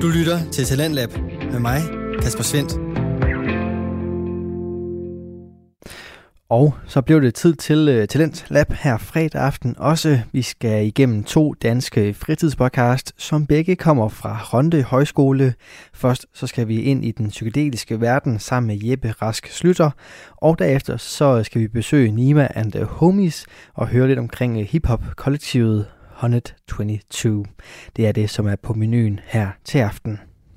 Du lytter til Talentlab med mig, Kasper Svendt. Og så blev det tid til Talentlab her fredag aften. Også vi skal igennem 2 danske fritidspodcast, som begge kommer fra Rønde Højskole. Først så skal vi ind i den psykedeliske verden sammen med Jeppe Rask Slytter. Og derefter så skal vi besøge Nima and the Homies og høre lidt omkring hiphop-kollektivet 122. Det er det, som er på menuen her til aften.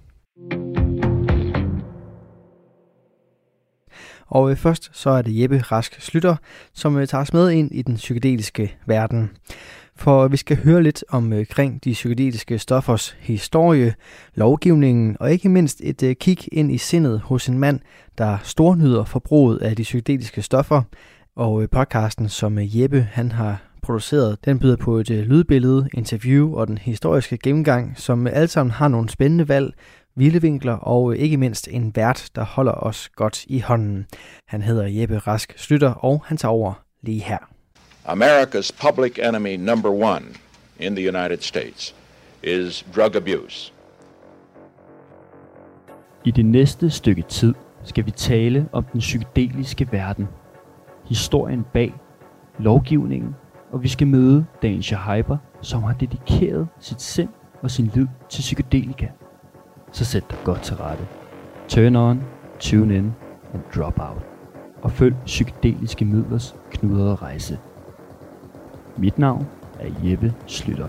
Og først så er det Jeppe Rask Slytter, som tager os med ind i den psykedeliske verden. For vi skal høre lidt omkring de psykedeliske stoffers historie, lovgivningen og ikke mindst et kig ind i sindet hos en mand, der stornyder forbruget af de psykedeliske stoffer. Og podcasten, som Jeppe han har produceret, den byder på et lydbillede, interview og den historiske gennemgang, som alle sammen har nogle spændende valg, vilde vinkler og ikke mindst en vært, der holder os godt i hånden. Han hedder Jeppe Rask Slytter, og han tager over lige her. America's public enemy number one in the United States is drug abuse. I det næste stykke tid skal vi tale om den psykedeliske verden, historien bag, lovgivningen, og vi skal møde Danger Hyper, som har dedikeret sit sind og sin lid til psykedelika. Så sæt dig godt til rette. Turn on, tune in and drop out. Og følg psykedeliske midlers knudrede rejse. Mit navn er Jeppe Slytter.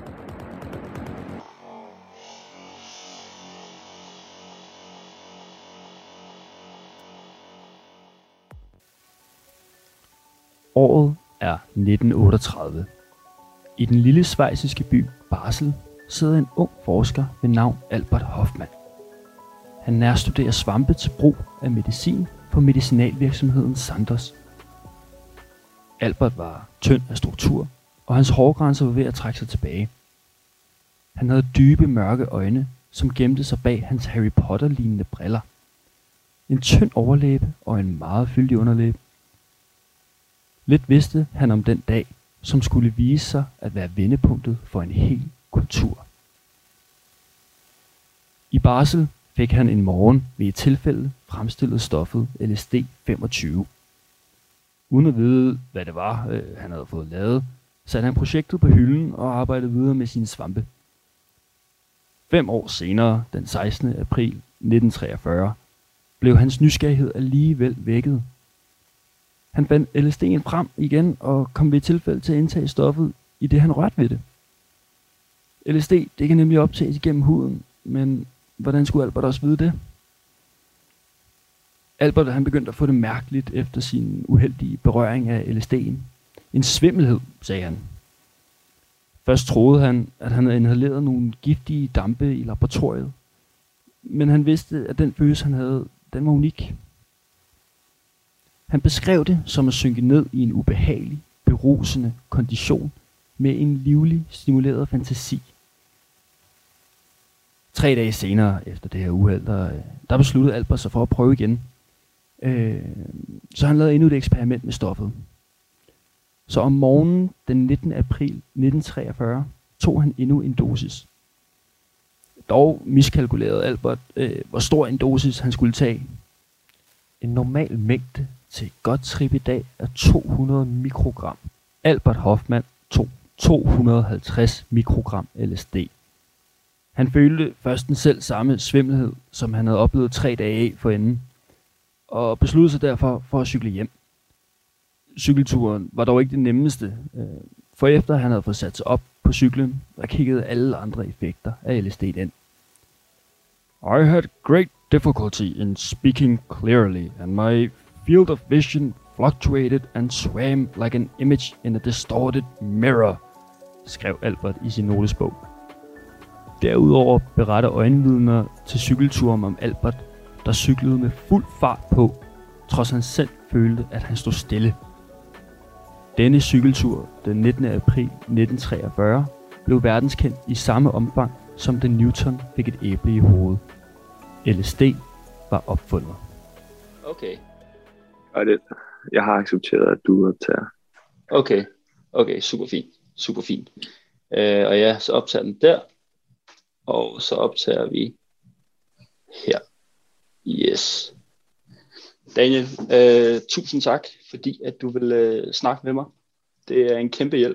Året er 1938. I den lille schweiziske by Basel sidder en ung forsker ved navn Albert Hofmann. Han nærstuderer svampe til brug af medicin på medicinalvirksomheden Sandoz. Albert var tynd af struktur, og hans hårgrænser var ved at trække sig tilbage. Han havde dybe, mørke øjne, som gemte sig bag hans Harry Potter-lignende briller. En tynd overlæbe og en meget fyldig underlæbe. Lidt vidste han om den dag, som skulle vise sig at være vendepunktet for en hel kultur. I Basel fik han en morgen ved et tilfælde fremstillet stoffet LSD 25. Uden at vide, hvad det var, han havde fået lavet, satte han projektet på hylden og arbejdede videre med sine svampe. 5 år senere, den 16. april 1943, blev hans nysgerrighed alligevel vækket. Han fandt LSD'en frem igen og kom ved et tilfælde til at indtage stoffet, i det han rørte ved det. LSD, det kan nemlig optages gennem huden, men hvordan skulle Albert også vide det? Albert han begyndte at få det mærkeligt efter sin uheldige berøring af LSD'en. En svimmelhed, sagde han. Først troede han, at han havde inhaleret nogle giftige dampe i laboratoriet, men han vidste, at den følelse han havde, den var unik. Han beskrev det som at synke ned i en ubehagelig, berusende kondition med en livlig, stimuleret fantasi. 3 dage senere efter det her uheld, der besluttede Albert sig for at prøve igen. Så han lavede endnu et eksperiment med stoffet. Så om morgenen den 19. april 1943 tog han endnu en dosis. Dog miskalkulerede Albert, hvor stor en dosis han skulle tage. En normal mængde til et godt trip i dag er 200 mikrogram. Albert Hofmann tog 250 mikrogram LSD. Han følte først den selv samme svimmelhed, som han havde oplevet 3 dage af forinden, og besluttede sig derfor for at cykle hjem. Cykelturen var dog ikke det nemmeste, for efter han havde fået sat sig op på cyklen, der kiggede alle andre effekter af LSD ind. I had great difficulty in speaking clearly, and my field of vision fluctuated and swam like an image in a distorted mirror, skrev Albert i sin notesbog. Derudover beretter øjenvidner til cykelturen om Albert, der cyklede med fuld fart på, trods han selv følte, at han stod stille. Denne cykeltur den 19. april 1943 blev verdenskendt i samme omfang, som da Newton fik et æble i hovedet. LSD var opfundet. Okay. Og det, jeg har accepteret, at du optager. Okay, super fint. Og ja, så optager den der. Og så optager vi her. Yes. Daniel, tusind tak, fordi at du vil snakke med mig. Det er en kæmpe hjælp.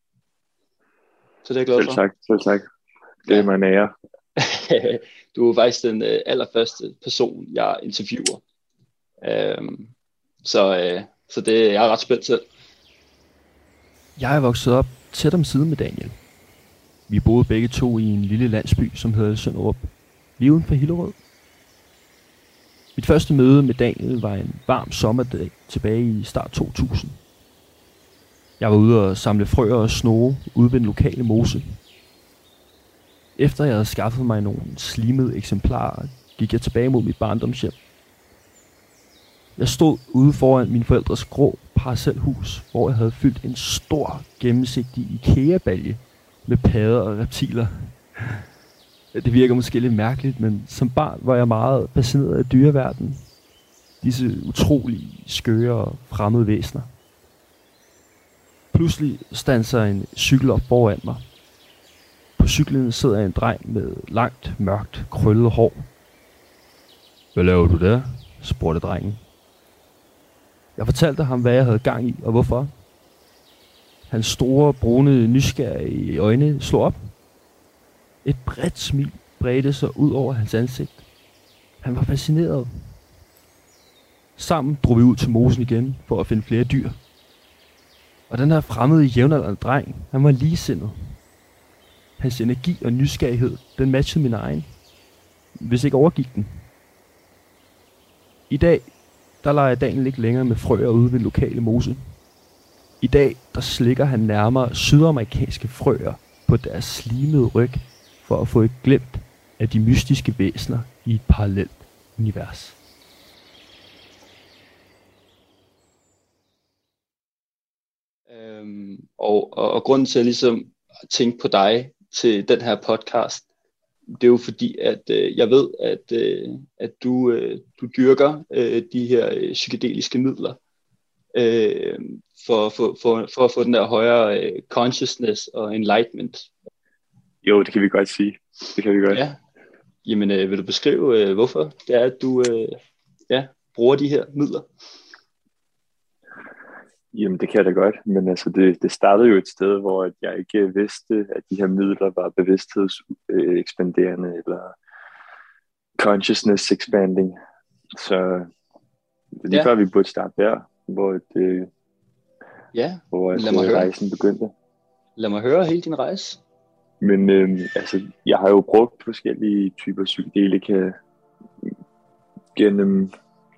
Så det er jeg glad for. Selv tak. Det er mig en ære. Du er faktisk den allerførste person, jeg interviewer. Så det jeg er ret spændt selv. Jeg er vokset op tæt om siden med Daniel. Vi boede begge to i en lille landsby, som hedder Sønderup, lige uden for Hillerød. Mit første møde med Daniel var en varm sommerdag tilbage i start 2000. Jeg var ude og samle frøer og snoge ude ved den lokale mose. Efter jeg havde skaffet mig nogle slimede eksemplarer, gik jeg tilbage mod mit barndomshjem. Jeg stod ude foran min forældres grå parcelhus, hvor jeg havde fyldt en stor, gennemsigtig IKEA-balje med padder og reptiler. Det virker måske lidt mærkeligt, men som barn var jeg meget fascineret af dyreverdenen. Disse utrolige, skøre og fremmede væsener. Pludselig standser en cykel op foran mig. På cyklen sidder en dreng med langt, mørkt, krøllet hår. Hvad laver du der? Spurgte drengen. Jeg fortalte ham, hvad jeg havde gang i og hvorfor. Hans store, brune, nysgerrige øjne slog op. Et bredt smil bredte sig ud over hans ansigt. Han var fascineret. Sammen drog vi ud til mosen igen for at finde flere dyr. Og den her fremmede jævnaldrende dreng, han var ligesindet. Hans energi og nysgerrighed, den matchede min egen. Hvis ikke overgik den. I dag, der leger Daniel ikke længere med frøer ude ved lokale mose. I dag, der slikker han nærmere sydamerikanske frøer på deres slimede ryg, for at få et glimt af de mystiske væsener i et parallelt univers. Og grunden til at ligesom tænke på dig til den her podcast, det er jo fordi, at jeg ved, at du dyrker de her psykedeliske midler for at få den der højere consciousness og enlightenment. Jo, det kan vi godt sige. Det kan vi godt. Ja. Jamen, vil du beskrive, hvorfor det er, at du bruger de her midler? Jamen, det kan jeg da godt, men altså, det startede jo et sted, hvor jeg ikke vidste, at de her midler var bevidsthedsekspanderende eller consciousness expanding. Så lige før vi burde starte der, hvor rejsen begyndte. Lad mig høre hele din rejse. Men altså, jeg har jo brugt forskellige typer psykedelika gennem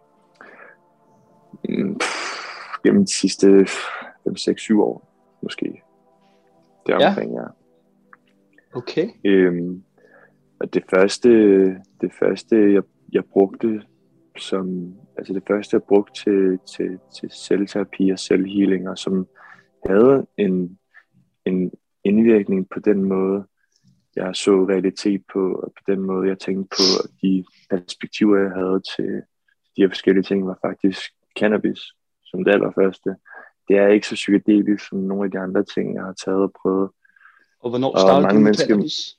de sidste 5-6-7 år, måske. Det er omkring, ja. Okay. Og det første jeg brugte det første jeg brugte til selvterapi og selvhealinger, som havde en indvirkning på den måde, jeg så realitet på, og på den måde, jeg tænkte på, og de perspektiver, jeg havde til de her forskellige ting, var faktisk cannabis, som det allerførste. Det er ikke så psykedelisk som nogle af de andre ting, jeg har taget og prøvet. Og hvornår startede du med cannabis?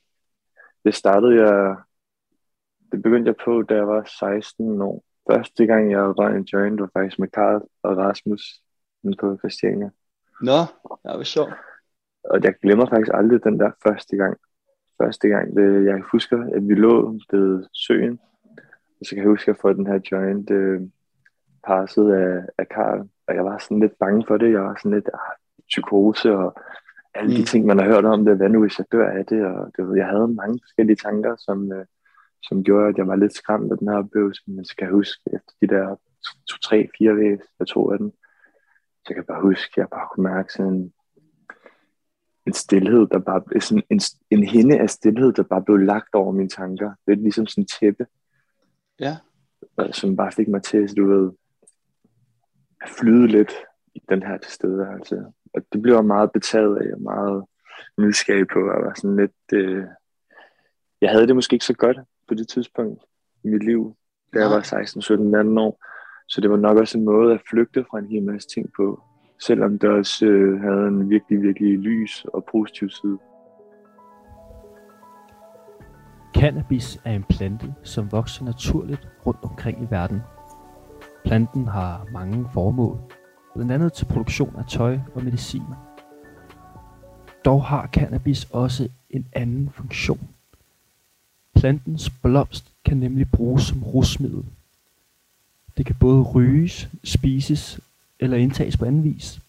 Det begyndte jeg på, da jeg var 16 år. Første gang, jeg røg en joint, var faktisk med Karl og Rasmus på Christiania. Nå, det var sjovt. Og jeg glemmer faktisk aldrig den der første gang. Jeg husker, at vi lå ved søen, og så kan jeg huske, at jeg får den her joint passet af Karl, og jeg var sådan lidt bange for det. Jeg var sådan lidt psykose og alle de ting, man har hørt om det. Hvad nu, hvis jeg dør af det? Og jeg havde mange forskellige tanker, som gjorde, at jeg var lidt skræmt af den her oplevelse. Men så kan jeg huske, efter de der 2-3-4 dage, jeg tog af den, så kan jeg bare huske, at jeg bare kunne mærke sådan en stilhed, der bare sådan en hinde af stilhed, der bare blev lagt over mine tanker. Det er ligesom sådan en tæppe. Ja. Som bare fik mig til, du ved, at flyde lidt i den her tilstedeværelse. Og det blev jeg meget betaget af, og meget nysgerrig på. Jeg var sådan lidt, jeg havde det måske ikke så godt på det tidspunkt i mit liv, da jeg var 16, 17, 18 år. Så det var nok også en måde at flygte fra en hel masse ting på. Selvom det også havde en virkelig, virkelig lys og positiv side. Cannabis er en plante, som vokser naturligt rundt omkring i verden. Planten har mange formål, blandt andet til produktion af tøj og medicin. Dog har cannabis også en anden funktion. Plantens blomst kan nemlig bruges som rusmiddel. Det kan både ryges, spises eller indtages på anden vis.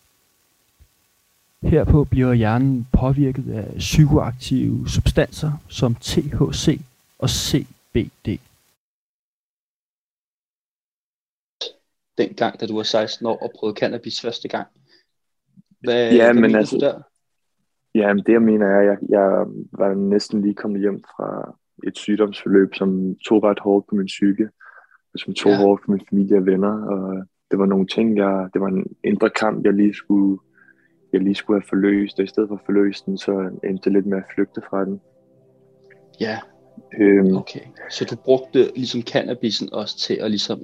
Herpå bliver hjernen påvirket af psykoaktive substanser som THC og CBD. Dengang, da du var 16 år og prøvede cannabis første gang. Ja, hvad men mener altså, du der? Ja, men det jeg mener er, at jeg var næsten lige kommet hjem fra et sygdomsforløb, som tog ret hårdt på min psyke, og som tog hårdt på min familie og venner, og det var nogle ting, det var en indre kamp, jeg lige skulle have forløst, og i stedet for at forløse den, så endte det lidt med at flygte fra den. Ja, okay. Så du brugte ligesom cannabisen også til at ligesom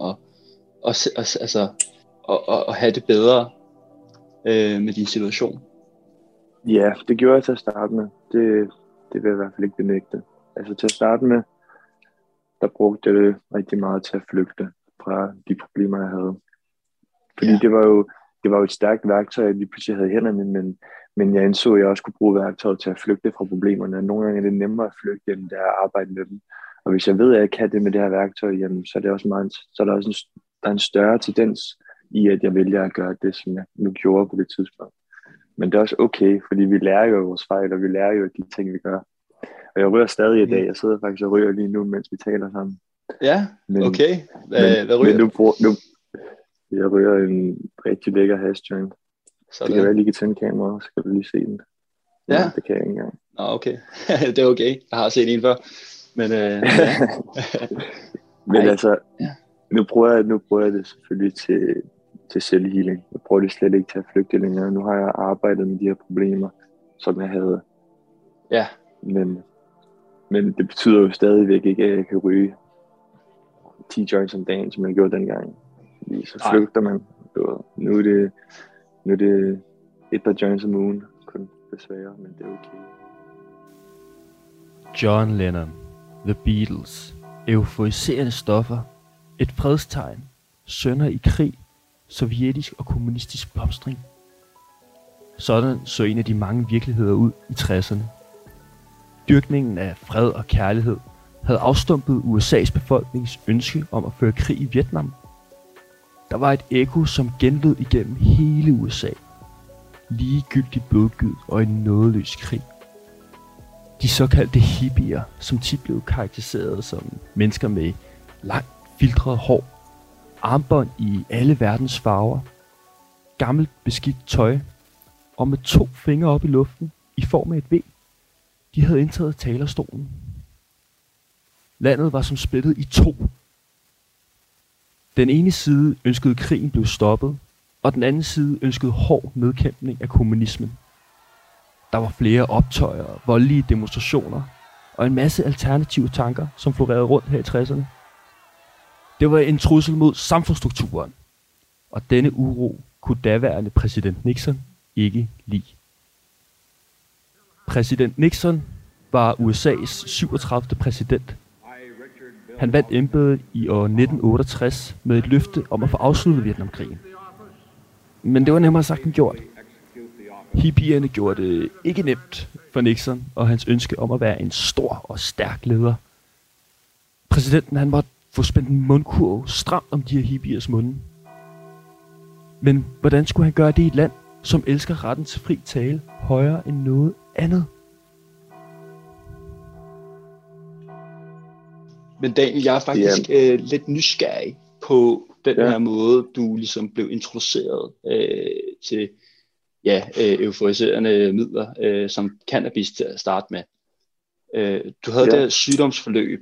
at have det bedre med din situation? Ja, det gjorde jeg til at starte med. Det vil jeg i hvert fald ikke benægte. Altså til at starte med, der brugte jeg det rigtig meget til at flygte fra de problemer, jeg havde. Fordi det var jo et stærkt værktøj, jeg lige pludselig havde i hænderne, men jeg indså, at jeg også kunne bruge værktøjet til at flygte fra problemerne. Nogle gange er det nemmere at flygte, end det er at arbejde med dem. Og hvis jeg ved, at jeg kan det med det her værktøj, jamen, så er det også meget, så er der også der er en større tendens i, at jeg vælger at gøre det, som jeg nu gjorde på det tidspunkt. Men det er også okay, fordi vi lærer jo vores fejl, og vi lærer jo de ting, vi gør. Og jeg ryger stadig i dag. Jeg sidder faktisk og ryger lige nu, mens vi taler sammen. Ja, okay. Hvad ryger du? Jeg ryger en rigtig lækker hash joint. Det kan være, at jeg lige kan tænde kameraet, så kan du lige se den. Ja. Det kan jeg ikke engang. Nå, okay. Det er okay. Jeg har set en før. Men, Men altså, nu bruger jeg det selvfølgelig til selvhealing. Jeg bruger det slet ikke til at flygte længere. Nu har jeg arbejdet med de her problemer, som jeg havde. Ja. Men det betyder jo stadigvæk ikke, at jeg kan ryge 10 joints om dagen, som jeg gjorde dengang. Fordi så flygter man. Nu er det et par joints om ugen, kun desværre, men det er okay. John Lennon, The Beatles, euforiserende stoffer, et fredstegn, sønner i krig, sovjetisk og kommunistisk blomstring. Sådan så en af de mange virkeligheder ud i 60'erne. Dyrkningen af fred og kærlighed havde afstumpet USA's befolknings ønske om at føre krig i Vietnam. Der var et ekko, som genlød igennem hele USA. Ligegyldig blodgyd og en nådeløs krig. De såkaldte hippier, som tit blev karakteriseret som mennesker med langt filtret hår, armbånd i alle verdens farver, gammelt beskidt tøj og med 2 fingre op i luften i form af et V. De havde indtaget talerstolen. Landet var som splittet i 2. Den ene side ønskede krigen blev stoppet, og den anden side ønskede hård nedkæmpning af kommunismen. Der var flere optøjer, voldelige demonstrationer og en masse alternative tanker, som florerede rundt her i 60'erne. Det var en trussel mod samfundsstrukturen, og denne uro kunne daværende præsident Nixon ikke lide. Præsident Nixon var USA's 37. præsident. Han vandt embedet i år 1968 med et løfte om at få afsluttet Vietnamkrigen. Men det var nemmere sagt end gjort. Hippierne gjorde det ikke nemt for Nixon og hans ønske om at være en stor og stærk leder. Præsidenten han måtte få spændt en mundkurv stramt om de her hippiers munde. Men hvordan skulle han gøre det i et land, som elsker retten til fri tale højere end noget andet? Men Daniel, jeg er faktisk lidt nysgerrig på den her måde, du ligesom blev introduceret til euforiserende midler, som cannabis til at starte med. Du havde det sygdomsforløb,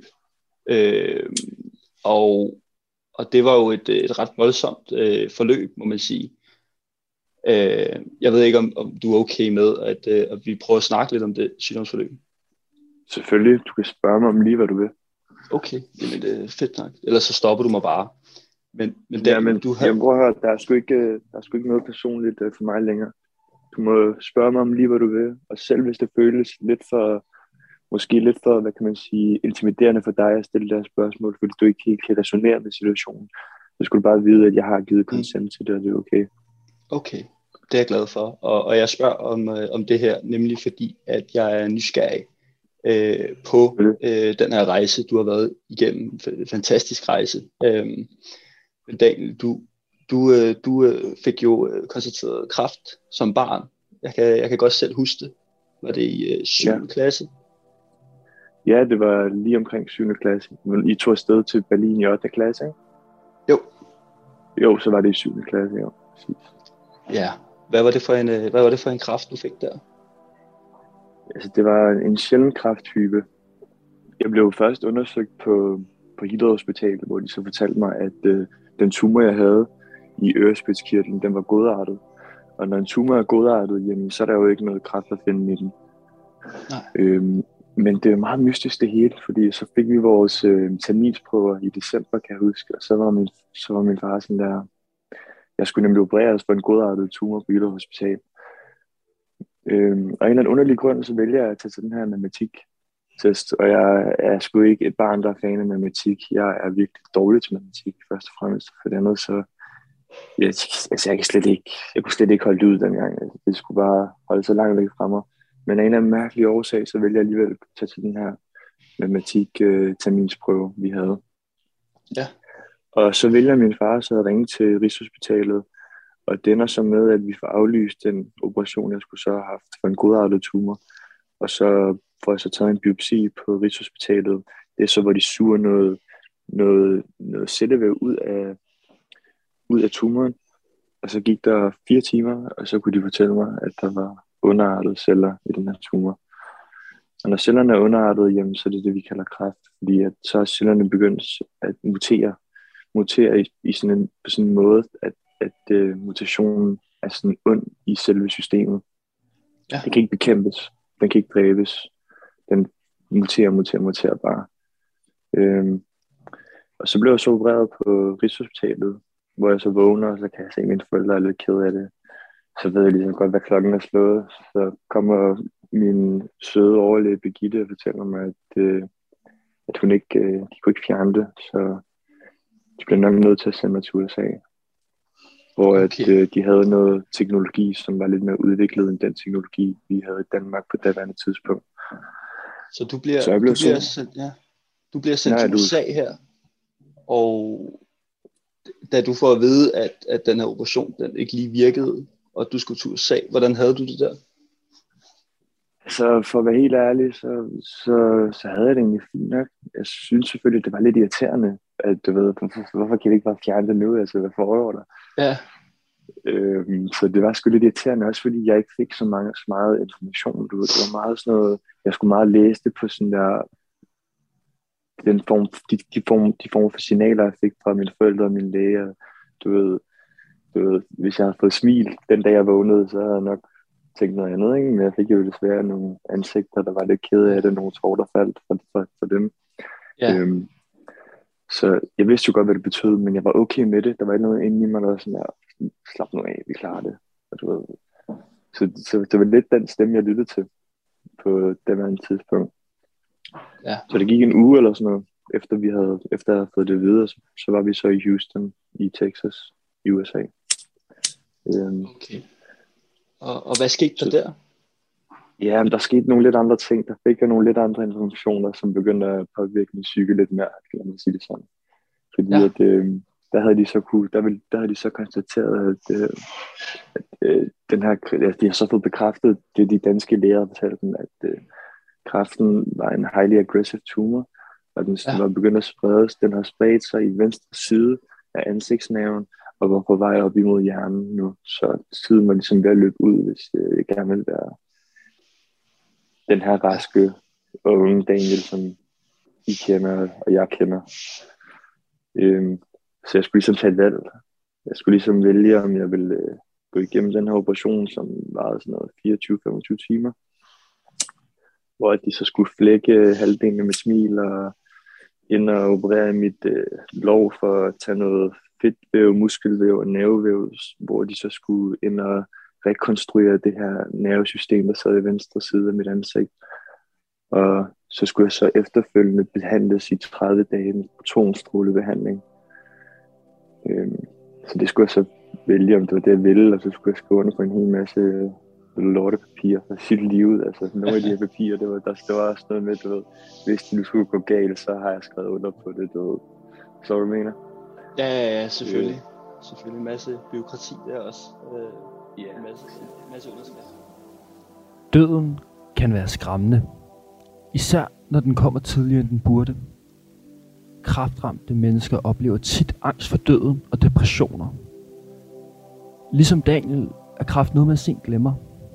og det var jo et ret voldsomt forløb, må man sige. Jeg ved ikke, om du er okay med, at vi prøver at snakke lidt om det sygdomsforløb. Selvfølgelig, du kan spørge mig om lige, hvad du vil. Okay, jamen det er fedt nok. Ellers så stopper du mig bare. Men du har... Jeg prøver at høre, der er sgu ikke noget personligt for mig længere. Du må spørge mig om lige, hvad du vil. Og selv hvis det føles lidt for måske lidt for, hvad kan man sige, intimiderende for dig at stille det her spørgsmål, fordi du ikke helt kan resonere med situationen. Så skulle du bare vide, at jeg har givet consent til det, og det er okay. Okay, det er jeg glad for. Og jeg spørger om det her, nemlig fordi, at jeg er nysgerrig på den her rejse, du har været igennem. Fantastisk rejse. Daniel, du fik jo konstateret kræft som barn. Jeg kan godt selv huske det. Var det i 7. klasse? Ja, det var lige omkring 7. klasse. Men I tog afsted til Berlin i 8. klasse, ikke? Jo, så var det i 7. klasse, ja. Præcis. Ja. Hvad var det for en kræft, du fik der? Altså, det var en sjælden kræfttype. Jeg blev først undersøgt på Hillerød Hospital, hvor de så fortalte mig, at den tumor, jeg havde i ørespidskirtlen, den var godartet. Og når en tumor er godartet, jamen, så er der jo ikke noget kræft at finde i den. Nej. Men det er meget mystisk det hele, fordi så fik vi vores terminsprøver i december, kan jeg huske, og så var min far sådan der, jeg skulle nemlig opereres for en godartet tumor på Hillerød Hospital. Og en eller anden underlig grund, så vælger jeg at tage til den her matematiktest, og jeg er sgu ikke et barn, der er fan af matematik. Jeg er virkelig dårlig til matematik, først og fremmest. For det andet, så jeg kunne slet ikke holde det ud dengang. Altså, det skulle bare holde så langt væk fra mig. Men af en eller anden mærkelig årsag, så vælger jeg alligevel at tage til den her matematik-terminsprøve, vi havde. Ja. Og så vælger min far så at ringe til Rigshospitalet, og det ender så med, at vi får aflyst den operation, jeg skulle så have haft for en godartet tumor. Og så får jeg så taget en biopsi på Rigshospitalet. Det er så, hvor de suger noget cellevæv ud af tumoren. Og så gik der 4 timer, og så kunne de fortælle mig, at der var underartede celler i den her tumor. Og når cellerne er underartede, jamen, så er det det, vi kalder kræft. Fordi at så er cellerne begyndt at mutere på sådan en måde, at mutationen er sådan ond i selve systemet. Ja. Det kan ikke bekæmpes. Den kan ikke dræbes. Den muterer bare. Og så blev jeg så opereret på Rigshospitalet, hvor jeg så vågner, og så kan jeg se, at mine forældre er lidt ked af det. Så ved jeg ligesom godt, hvad klokken er slået. Så kommer min søde overlæge Birgitte og fortæller mig, at hun ikke, de kunne ikke fjerne det. Så de blev nok nødt til at sende mig til USA. Hvor okay. At de havde noget teknologi, som var lidt mere udviklet end den teknologi, vi havde i Danmark på daværende tidspunkt. Så du bliver sendt til USA her, og da du får at vide, at den her operation den ikke lige virkede, og du skulle til USA, hvordan havde du det der? Så for at være helt ærlig, så havde jeg det egentlig fint nok. Jeg synes selvfølgelig, det var lidt irriterende, at du ved, hvorfor kan vi ikke bare fjerne det nu? Altså, hvad foregår der? Ja. Så det var sgu lidt irriterende, også fordi jeg ikke fik så meget information. Du ved, det var meget sådan noget, jeg skulle meget læse det på sådan der, de form for signaler, jeg fik fra mine forældre og mine læger. Du ved, hvis jeg havde fået smil den dag jeg vågnede, så havde jeg nok tænkt noget andet, ikke? Men jeg fik jo desværre nogle ansigter, der var lidt kede af det, nogle tårer, der faldt for dem. Ja. Så jeg vidste jo godt, hvad det betød, men jeg var okay med det. Der var ikke noget inde i mig, der var sådan der, slap nu af, vi klarer det. Og du ved. Så det var lidt den stemme, jeg lyttede til på det her tidspunkt. Ja. Så det gik en uge eller sådan noget, efter jeg havde fået det videre, så var vi så i Houston i Texas, i USA. Okay. Og hvad skete der der? Ja, men der skete nogle lidt andre ting. Der fik jeg nogle lidt andre informationer, som begyndte at påvirke min psyke lidt mere, kan man sige det sådan. Fordi at, der havde de så konstateret, at den her, de har så fået bekræftet, det de danske læger fortalte dem, at kræften var en highly aggressive tumor, og den var begyndt at spredes. Den har spredt sig i venstre side af ansigtsnerven, og var på vej op imod hjernen nu. Så tiden var ligesom ved at løbe ud, hvis jeg gerne ville være den her raske og unge Daniel, som I kender, og jeg kender. Så jeg skulle ligesom tage et valg. Jeg skulle ligesom vælge, om jeg ville gå igennem den her operation, som varede sådan noget 24-25 timer. Hvor de så skulle flække halvdelen med smil og ind og operere mit lår for at tage noget fedtvæv, muskelvæv og nervevæv, hvor de så skulle ind og rekonstruere det her nervesystem, der sad i venstre side af mit ansigt. Og så skulle jeg så efterfølgende behandles i 30 dage med protonstrålebehandling. Så det skulle jeg så vælge, om det var det, jeg ville, og så skulle jeg skrive under på en hel masse lortepapirer for sit liv. Altså nogle af de her papirer, der var også noget med, du ved, hvis det nu skulle gå galt, så har jeg skrevet under på det, du ved. Så hvad du mener? Ja, selvfølgelig. Selvfølgelig en masse bureaukrati der også. En masse underskrifter. Døden kan være skræmmende. Især når den kommer tidligere end den burde. Kræftramte mennesker oplever tit angst for døden og depressioner. Ligesom Daniel er kræft noget, man sent glemmer.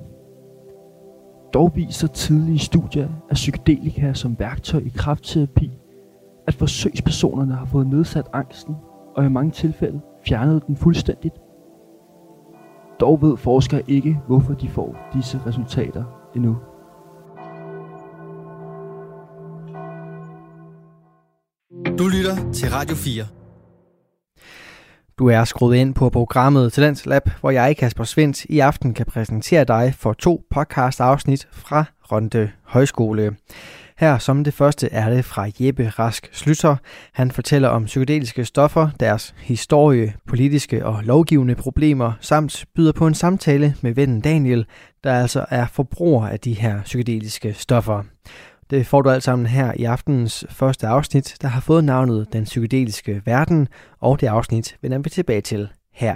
Dog viser tidlige studier af psykedelika som værktøj i kræftterapi, at forsøgspersonerne har fået nedsat angsten og i mange tilfælde fjernet den fuldstændigt. Dog ved forskere ikke, hvorfor de får disse resultater endnu. Du lytter til Radio 4. Du er skruet ind på programmet Talents Lab, hvor jeg, Kasper Svendt, i aften kan præsentere dig for 2 podcast-afsnit fra Rønde Højskole. Her som det første er det fra Jeppe Rask Slytter. Han fortæller om psykedeliske stoffer, deres historie, politiske og lovgivende problemer, samt byder på en samtale med vennen Daniel, der altså er forbruger af de her psykedeliske stoffer. Det får du alt sammen her i aftenens første afsnit, der har fået navnet Den Psykedeliske Verden, og det afsnit vender vi tilbage til her.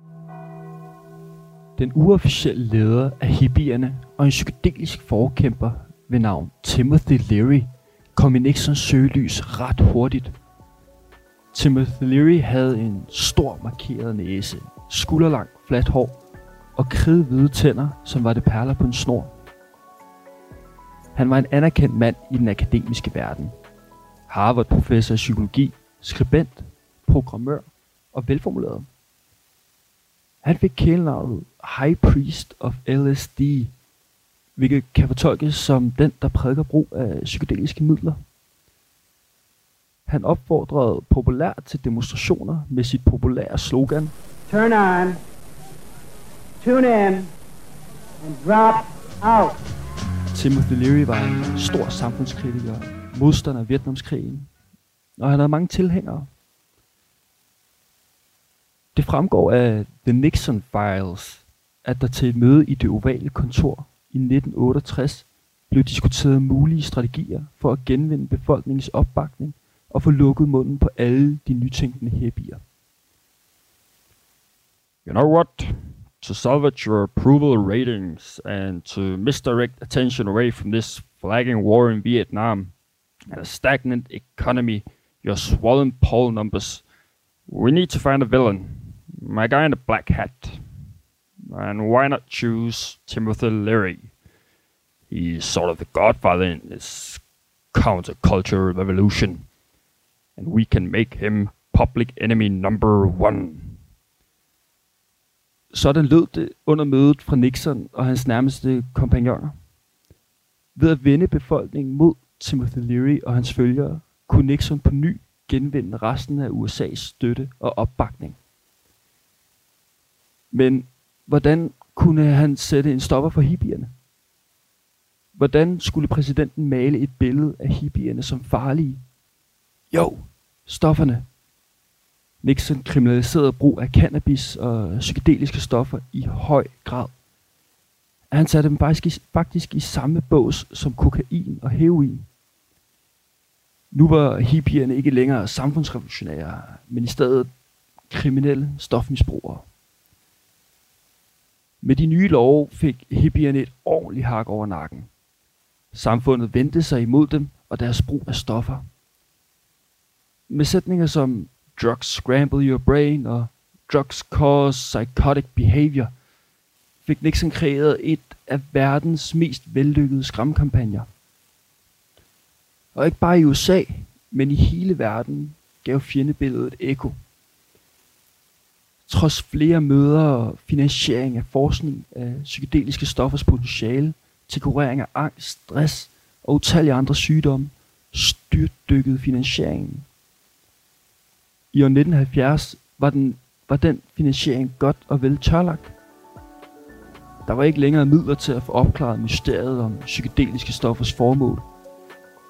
Den uofficielle leder af hippierne og en psykedelisk forkæmper ved navn Timothy Leary kom i Nixons søgelys ret hurtigt. Timothy Leary havde en stor markeret næse, skulderlangt fladt hår og kridhvide tænder, som var det perler på en snor. Han var en anerkendt mand i den akademiske verden. Harvard-professor i psykologi, skribent, programmør og velformuleret. Han fik kælenavnet High Priest of LSD, hvilket kan fortolkes som den, der prædiker brug af psykedeliske midler. Han opfordrede populært til demonstrationer med sit populære slogan: Turn on, tune in, and drop out. Timothy Leary var en stor samfundskritiker, modstander af Vietnamskrigen, og han havde mange tilhængere. Det fremgår af The Nixon Files, at der til et møde i det ovale kontor i 1968 blev diskuteret mulige strategier for at genvinde befolkningens opbakning og få lukket munden på alle de nytænkende hippier. You know what? To salvage your approval ratings and to misdirect attention away from this flagging war in Vietnam and a stagnant economy, your swollen poll numbers, we need to find a villain, my guy in the black hat. And why not choose Timothy Leary? He's sort of the godfather in this counterculture revolution, and we can make him public enemy number 1. Sådan lød det under mødet fra Nixon og hans nærmeste kompagnoner. Ved at vende befolkningen mod Timothy Leary og hans følgere, kunne Nixon på ny genvinde resten af USA's støtte og opbakning. Men hvordan kunne han sætte en stopper for hippierne? Hvordan skulle præsidenten male et billede af hippierne som farlige? Jo, stofferne. Nixon kriminaliserede brug af cannabis og psykedeliske stoffer i høj grad. Han satte dem faktisk i samme bås som kokain og heroin. Nu var hippierne ikke længere samfundsrevolutionære, men i stedet kriminelle stofmisbrugere. Med de nye love fik hippierne et ordentligt hak over nakken. Samfundet vendte sig imod dem og deres brug af stoffer. Med sætninger som drugs scramble your brain og drugs cause psychotic behavior fik Nixon kreeret et af verdens mest vellykkede skræmmekampagner. Og ikke bare i USA, men i hele verden gav fjendebilledet et ekko. Trods flere møder og finansiering af forskning af psykedeliske stoffers potentiale til kurering af angst, stress og utallige andre sygdomme, styrtdykkede finansieringen. I år 1970 var den finansiering godt og vel tørlagt. Der var ikke længere midler til at få opklaret mysteriet om psykedeliske stoffers formål.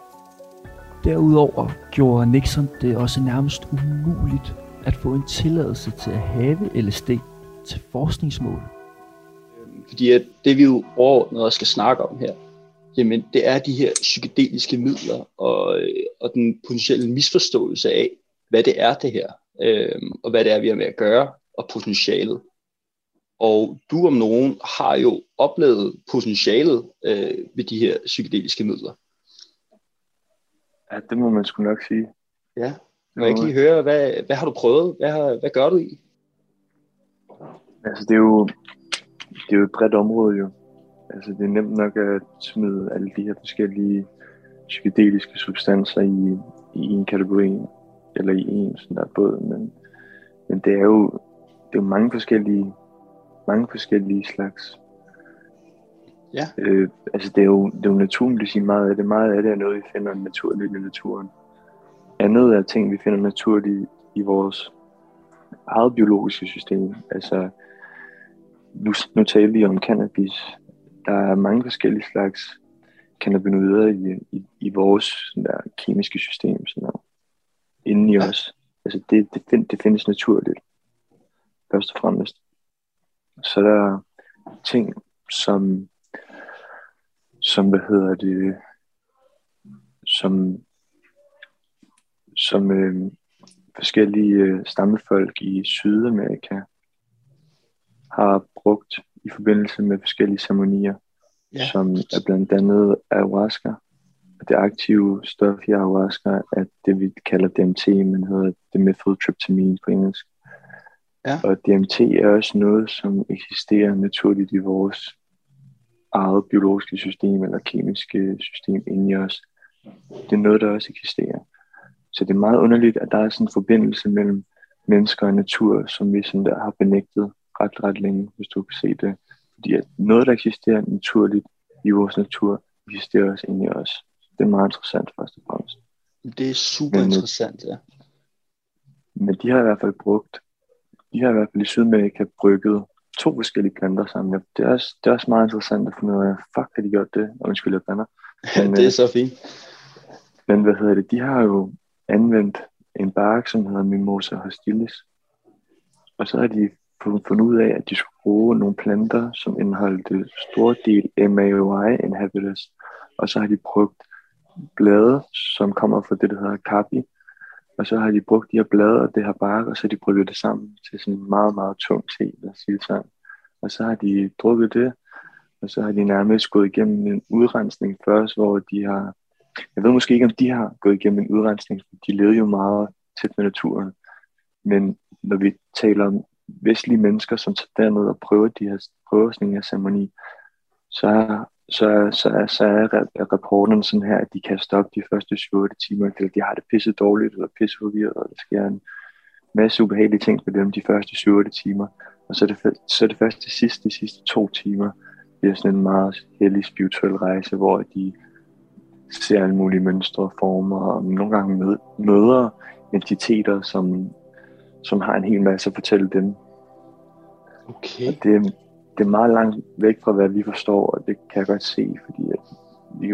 Derudover gjorde Nixon det også nærmest umuligt at få en tilladelse til at have LSD til forskningsmål. Fordi at det vi jo overordnet også skal snakke om her, jamen det er de her psykedeliske midler og den potentielle misforståelse af, hvad det er det her, og hvad det er vi har med at gøre, og potentialet. Og du om nogen har jo oplevet potentialet ved de her psykedeliske midler. Ja, det må man sgu nok sige. Ja, må jeg ikke lige høre, hvad har du prøvet? Hvad gør du i? Altså det er jo et bredt område jo. Altså det er nemt nok at smide alle de her forskellige psykedeliske substanser i en kategori, eller i en sådan der båd, men det er jo mange forskellige slags. Ja. Altså det er jo naturmedicin, meget af det er noget vi finder naturligt i naturen. Andet er ting vi finder naturligt i vores eget biologiske system. Altså nu taler vi om cannabis. Der er mange forskellige slags cannabinoider i vores sådan der, kemiske system sådan der, inden i os. Altså det findes naturligt først og fremmest. Så der er ting som forskellige stammefolk i Sydamerika har brugt i forbindelse med forskellige ceremonier, som er blandt andet ayahuasca. Det aktive stof i ayahuasca er det vi kalder DMT, men hedder dimethyltryptamin på engelsk. Ja. Og DMT er også noget, som eksisterer naturligt i vores eget biologiske system eller kemiske system inde i os. Det er noget, der også eksisterer. Så det er meget underligt, at der er sådan en forbindelse mellem mennesker og natur, som vi sådan der har benægtet ret længe, hvis du kan se det. Fordi at noget, der eksisterer naturligt i vores natur, eksisterer også inde i os. Det er meget interessant først og fremmest. Det er super interessant, ja. Men de har i hvert fald i Sydamerika brygget 2 forskellige planter sammen. Det er også meget interessant at finde ud af, fuck har de gjort det? Undskyld, jeg bander. Det er så fint. Men de har jo anvendt en bark, som hedder Mimosa hostilis. Og så har de fundet ud af, at de skulle bruge nogle planter, som indeholdte stor del MAOI inhibitors. Og så har de brugt blade, som kommer fra det, der hedder kapi. Og så har de brugt de her blade og det her bark, og så har de brygget det sammen til sådan en meget, meget tung te, lad os sige det sådan. Og så har de drukket det, og så har de nærmest gået igennem en udrensning først, hvor de har... Jeg ved måske ikke, om de har gået igennem en udrensning, for de levede jo meget tæt med naturen. Men når vi taler om vestlige mennesker, som tager derned og prøver sådan en her ceremoni, så er rapporten sådan her, at de kan stoppe de første 7-8 timer, eller de har det pisse dårligt, eller pisse forvirret, og der sker en masse ubehagelige ting for dem de første 7-8 timer. Og så er det først de sidste 2 timer, det er sådan en meget hellig spirituel rejse, hvor de ser alle mulige mønstre og former, og nogle gange møder entiteter, som har en hel masse at fortælle dem. Okay. Og det er meget langt væk fra, hvad vi forstår, og det kan jeg godt se, fordi at vi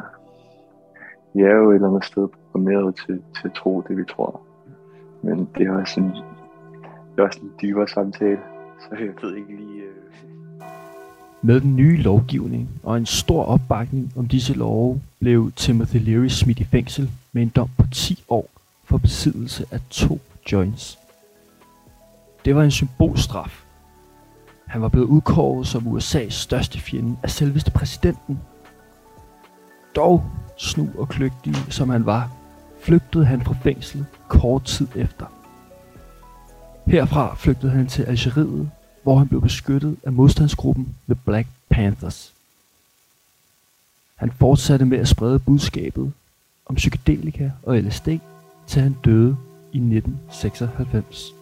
er jo et eller andet sted programmeret til at tro det, vi tror. Men det er også en dybere samtale, så jeg ved ikke lige... Med den nye lovgivning og en stor opbakning om disse love, blev Timothy Leary smidt i fængsel med en dom på 10 år for besiddelse af 2 joints. Det var en symbolstraf. Han var blevet udkåret som USA's største fjende af selveste præsidenten. Dog, snu og kløgtig som han var, flygtede han fra fængslet kort tid efter. Herfra flygtede han til Algeriet, hvor han blev beskyttet af modstandsgruppen The Black Panthers. Han fortsatte med at sprede budskabet om psykedelika og LSD, til han døde i 1996.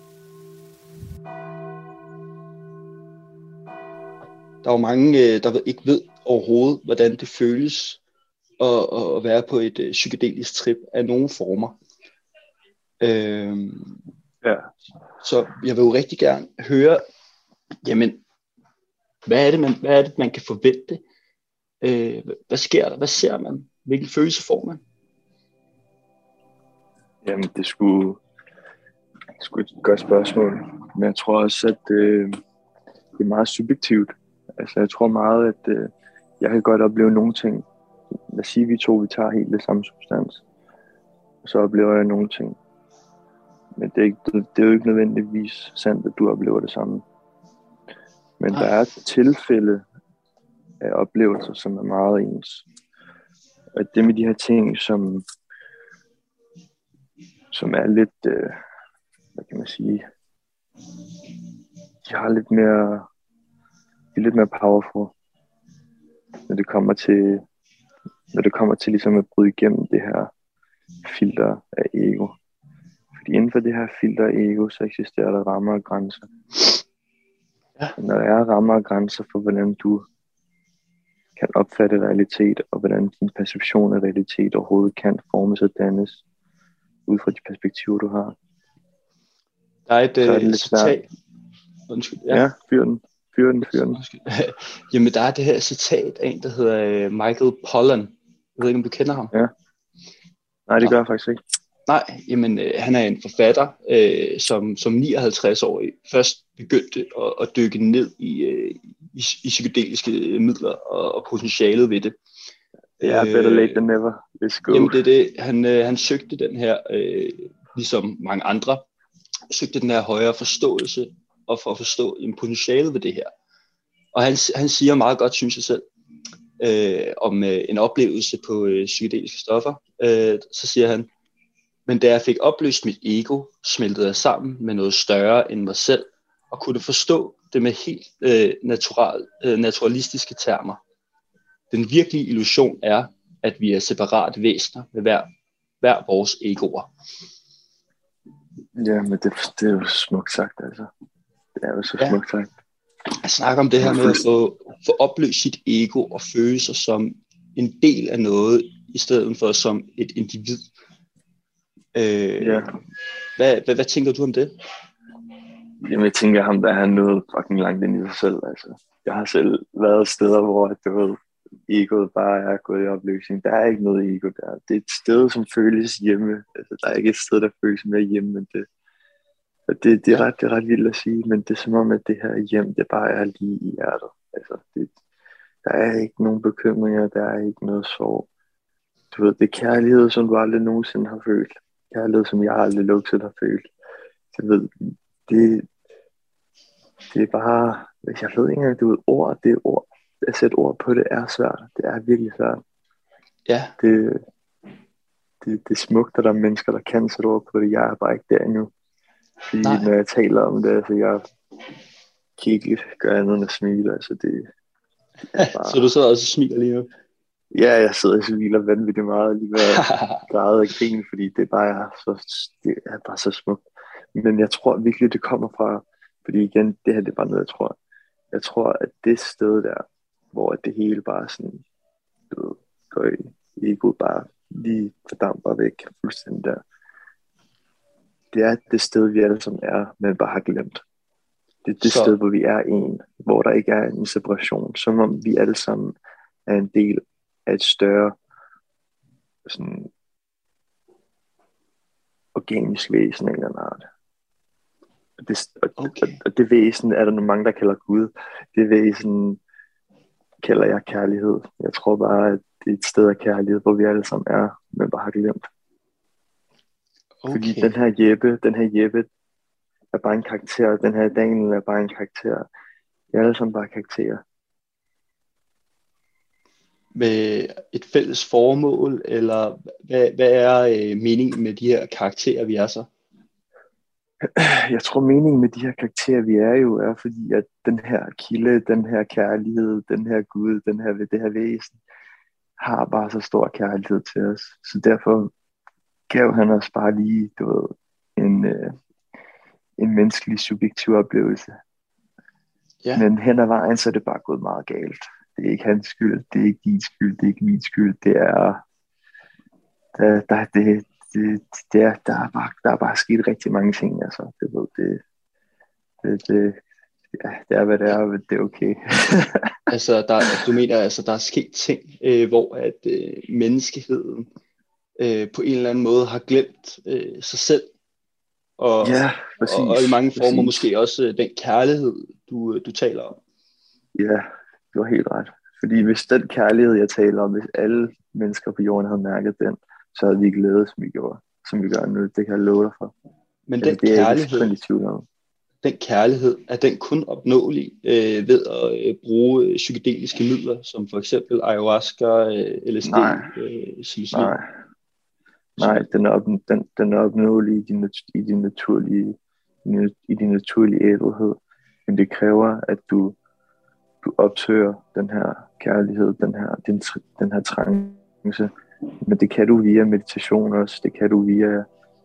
Der er jo mange, der ikke ved overhovedet, hvordan det føles at være på et psykedelisk trip af nogle former. Ja. Så jeg vil jo rigtig gerne høre, jamen, hvad er det, man kan forvente? Hvad sker der? Hvad ser man? Hvilken følelse får man? Jamen, det skulle et godt spørgsmål. Men jeg tror også, at det er meget subjektivt. Altså, jeg tror meget, at jeg kan godt opleve nogle ting. Lad os sige, at vi tager helt det samme substans. Og så oplever jeg nogle ting. Men det er jo ikke nødvendigvis sandt, at du oplever det samme. Men der er tilfælde af oplevelser, som er meget ens. Og det med de her ting, som er lidt, hvad kan man sige, de har lidt mere, de er lidt mere powerful, når det kommer til ligesom at bryde igennem det her filter af ego. Fordi inden for det her filter af ego, så eksisterer der rammer og grænser. Ja. Når der er rammer og grænser for, hvordan du kan opfatte realitet, og hvordan din perception af realitet overhovedet kan formes og dannes, ud fra de perspektiver, du har. Der er et citat. Undskyld. Ja, fyr den. Jamen, der er det her citat af en, der hedder Michael Pollan. Jeg ved ikke, om du kender ham? Ja. Nej, det gør jeg faktisk ikke. Nej, jamen, han er en forfatter, som 59-årig først begyndte at dykke ned i psykedeliske midler og potentialet ved det. Ja, better late than never. Jamen, det er det. Han søgte den her, ligesom mange andre, søgte den her højere forståelse, og for at forstå potentialet ved det her. Og han siger meget godt, synes jeg selv, om en oplevelse på psykedeliske stoffer. Så siger han, men da jeg fik opløst mit ego, smeltede jeg sammen med noget større end mig selv, og kunne forstå det med helt naturalistiske termer. Den virkelige illusion er, at vi er separate væsener med hver vores egoer. Ja, men det er jo smukt sagt, altså. Det er jo så smukt sagt. Jeg snakker om det her med at få opløst sit ego og føle sig som en del af noget, i stedet for som et individ. Hvad tænker du om det? Jamen, jeg tænker ham, der er nået fucking langt ind i sig selv, altså. Jeg har selv været steder, hvor egoet bare er gået i opløsning. Der er ikke noget ego der. Det er et sted, som føles hjemme. Altså, der er ikke et sted, der føles mere hjemme end det. Og det er ret vildt at sige, men det er som om, at det her hjem, det bare er lige i hjertet. Altså, der er ikke nogen bekymringer, der er ikke noget sorg. Du ved, det er kærlighed, som du aldrig nogensinde har følt. Kærlighed, som jeg aldrig nogensinde har følt. Så ved, det er bare, jeg ved ikke engang, du ved, ord, det er ord. At sætte ord på det er svært. Det er virkelig svært. Ja. Det er smukt, at der er mennesker, der kan sætte ord på det. Jeg er bare ikke der endnu. Fordi når jeg taler om det, så jeg kan ikke gøre andet end at smile. Altså det er bare... Så du sidder også og smiler lige nu? Ja, jeg sidder og smiler vanvittigt meget lige ved at græde af grin, fordi det er bare så smukt. Men jeg tror virkelig, det kommer fra, fordi igen, det her det er bare noget, jeg tror, at det sted der, hvor det hele bare sådan, du ved, går i egoet bare lige fordamper væk fuldstændig der. Det er det sted, vi alle sammen er, men bare har glemt. Det er det sted, hvor vi er en, hvor der ikke er en separation, som om vi alle sammen er en del af et større sådan organisk væsen af en eller anden art. Og det væsen er der nogle mange, der kalder Gud. Det væsen kalder jeg kærlighed. Jeg tror bare, at det er et sted af kærlighed, hvor vi alle sammen er, men bare har glemt. Okay. Fordi den her Jeppe er bare en karakter, den her Daniel er bare en karakter. Jeg er alle sammen bare karakterer. Med et fælles formål, eller hvad er meningen med de her karakterer, vi er så? Jeg tror meningen med de her karakterer, vi er jo, er fordi, at den her kilde, den her kærlighed, den her Gud, det her væsen, har bare så stor kærlighed til os. Så derfor gav han os bare lige, du ved, en menneskelig subjektiv oplevelse. Ja. Men hen ad vejen, så er det bare gået meget galt. Det er ikke hans skyld, det er ikke din skyld, det er ikke min skyld, det er... Der er bare sket rigtig mange ting, altså. Det er, hvad det er, men det er okay. Altså, du mener, altså, der er sket ting, hvor at menneskeheden på en eller anden måde har glemt sig selv. Ja, præcis. Og i mange former præcis. måske også den kærlighed, du taler om. Ja, du har helt ret. Fordi hvis den kærlighed, jeg taler om, hvis alle mennesker på jorden havde mærket den, så havde vi ikke levet, som vi gør nu. Det kan jeg love dig for. Men Altså, den det er kærlighed, jeg ikke tvivl om. den kærlighed, er den kun opnåelig ved at bruge psykedeliske midler, som for eksempel ayahuasca, LSD, psilocybin? Nej, den er opnåelig i din naturlige ædelhed. Men det kræver, at du opsøger den her kærlighed, den her trance. Men det kan du via meditation også. Det kan du via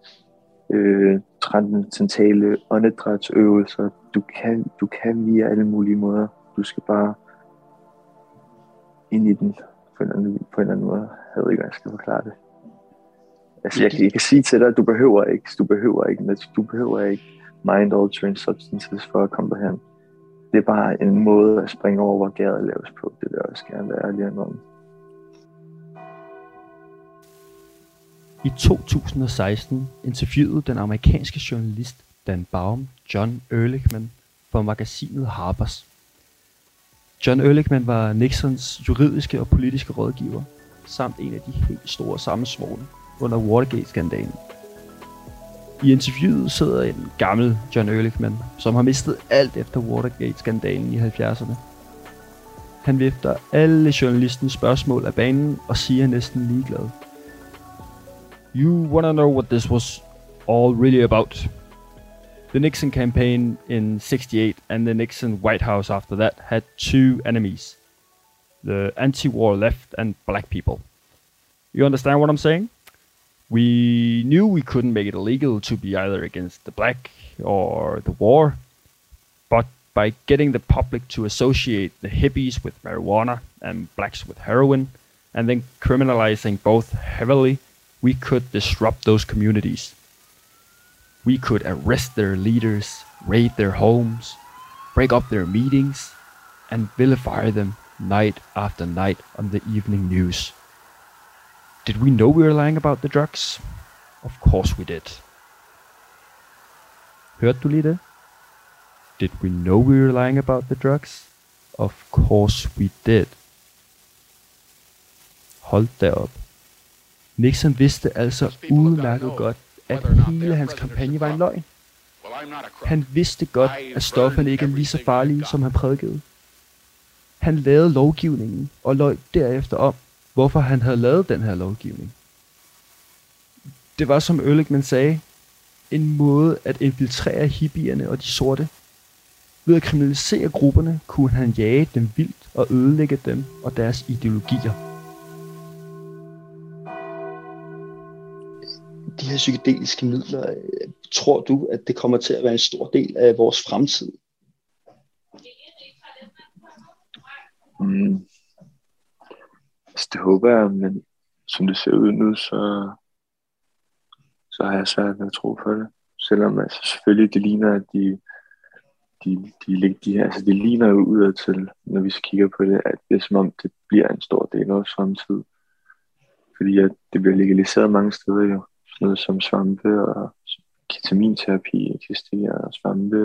transcendentale åndedrætsøvelser. Du kan via alle mulige måder. Du skal bare ind i den på en eller anden måde. Jeg ved ikke, hvordan jeg skal forklare det. Altså, jeg kan sige til dig, at du behøver ikke mind altering substances for at komme derhen. Det er bare en måde at springe over, hvor gaden laves på. Det vil jeg også gerne være ærlig om. I 2016 interviewede den amerikanske journalist Dan Baum John Ehrlichman for magasinet Harper's. John Ehrlichman var Nixons juridiske og politiske rådgiver, samt en af de helt store sammensvorne under Watergate-skandalen. I interviewet sidder en gammel John Ehrlichman, som har mistet alt efter Watergate-skandalen i 70'erne. Han vifter alle journalistens spørgsmål af banen og siger næsten ligeglad: "You wanna know what this was all really about? The Nixon campaign in '68 and the Nixon White House after that had two enemies. The anti-war left and black people. You understand what I'm saying? We knew we couldn't make it illegal to be either against the black or the war, but by getting the public to associate the hippies with marijuana and blacks with heroin, and then criminalizing both heavily, we could disrupt those communities. We could arrest their leaders, raid their homes, break up their meetings, and vilify them night after night on the evening news. Did we know we were lying about the drugs? Of course we did." Hørte du lige det? Did we know we were lying about the drugs? Of course we did. Hold da op. Nixon vidste altså udmærket godt, at hele hans kampagne var en løgn. Han vidste godt, at stofferne ikke er lige så farlige, som han prædikede. Han lavede lovgivningen og løj derefter om, hvorfor han havde lavet den her lovgivning. Det var, som Ehrlichman sagde, en måde at infiltrere hippierne og de sorte. Ved at kriminalisere grupperne kunne han jage dem vildt og ødelægge dem og deres ideologier. De her psykedeliske midler, tror du, at det kommer til at være en stor del af vores fremtid? Det håber jeg, men som det ser ud nu, så har jeg svært ved at tro på det. Selvom altså, selvfølgelig det ligner, at de ligner jo udadtil, når vi kigger på det, at det er som om, det bliver en stor del af vores fremtid. Fordi at det bliver legaliseret mange steder jo. Sådan noget som svampe og ketaminterapi eksisterer, og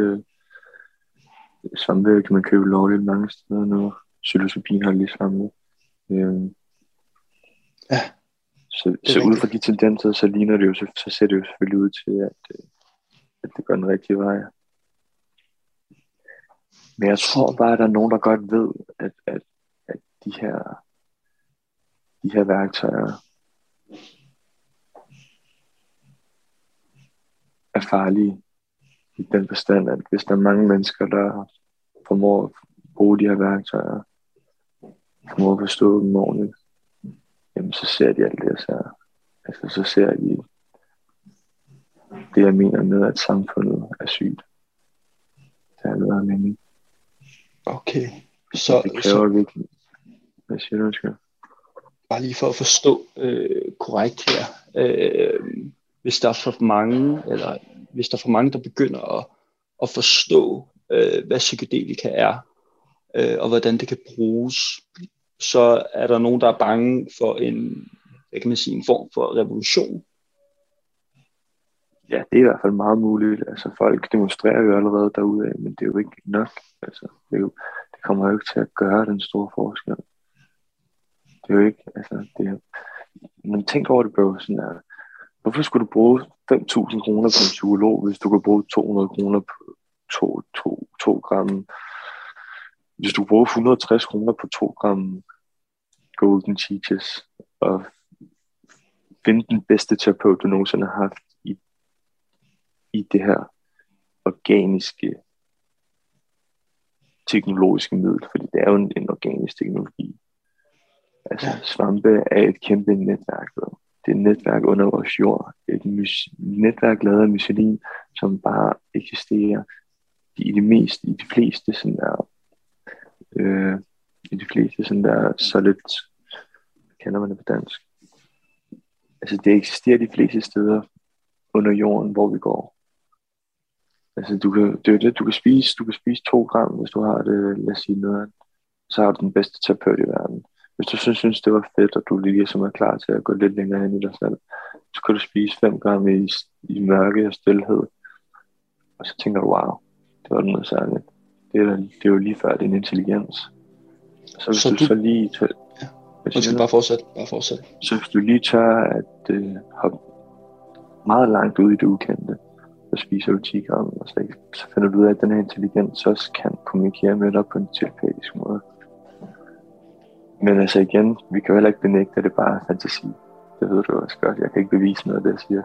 svampe kan man købe lovligt mange steder nu. Psilocybin har lige svampe. Ja. Så ud fra de tendenser, så ligner det jo, så ser det jo selvfølgelig ud til, at det går den rigtige vej. Men jeg tror bare, at der er nogen, der godt ved, at de her værktøjer er farlige i den forstand, at hvis der er mange mennesker, der formår at bruge de her værktøjer, formår at forstå dem ordentligt, jamen så ser de alt det, jeg ser. Altså så ser de det, jeg mener med, at samfundet er sygt. Det er noget af mening. Okay. Så, det kræver virkelig. Hvad siger du, skal? Bare lige for at forstå korrekt her. Hvis der er for mange, eller hvis der er for mange, der begynder at forstå, hvad psykedelika er, og hvordan det kan bruges, så er der nogen, der er bange for hvad kan man sige, en form for revolution? Ja, det er i hvert fald meget muligt. Altså folk demonstrerer jo allerede derude, men det er jo ikke nok. Altså, det kommer jo ikke til at gøre den store forskel. Det er jo ikke, altså, men tænk over det, bro, sådan der. Hvorfor skulle du bruge 5.000 kroner på en psykolog, hvis du kan bruge 200 kroner på 2 gram? Hvis du bruger 160 kroner på 2 gram Golden Teachers, og finde den bedste terapeut, du nogensinde har haft i det her organiske teknologiske middel, fordi det er jo en organisk teknologi. Altså svampe er et kæmpe netværk. Det er et netværk under vores jord. Et netværk lavet af mycelin, som bare eksisterer i de fleste sådan der solid, kender man det på dansk. Altså det eksisterer de fleste steder under jorden, hvor vi går. Altså du kan spise 2 gram, hvis du har det, lad os sige noget, så har du den bedste terapeut i verden. Hvis du synes det var fedt, og du ligesom er klar til at gå lidt længere hen i dig selv, så kan du spise 5 gram i mørke og stilhed. Og så tænker du, wow, det var noget særligt. Det er jo lige før din intelligens. Så hvis du så lige tør, bare fortsætte. Så hvis du lige tør at hoppe meget langt ud i det ukendte, så spiser du 10 gram, og så finder du ud af, at den her intelligens også kan kommunikere med dig på en telepatisk måde. Men altså igen, vi kan jo heller ikke benægte, at det bare er fantasi. Det ved du også godt. Jeg kan ikke bevise noget af det, jeg siger.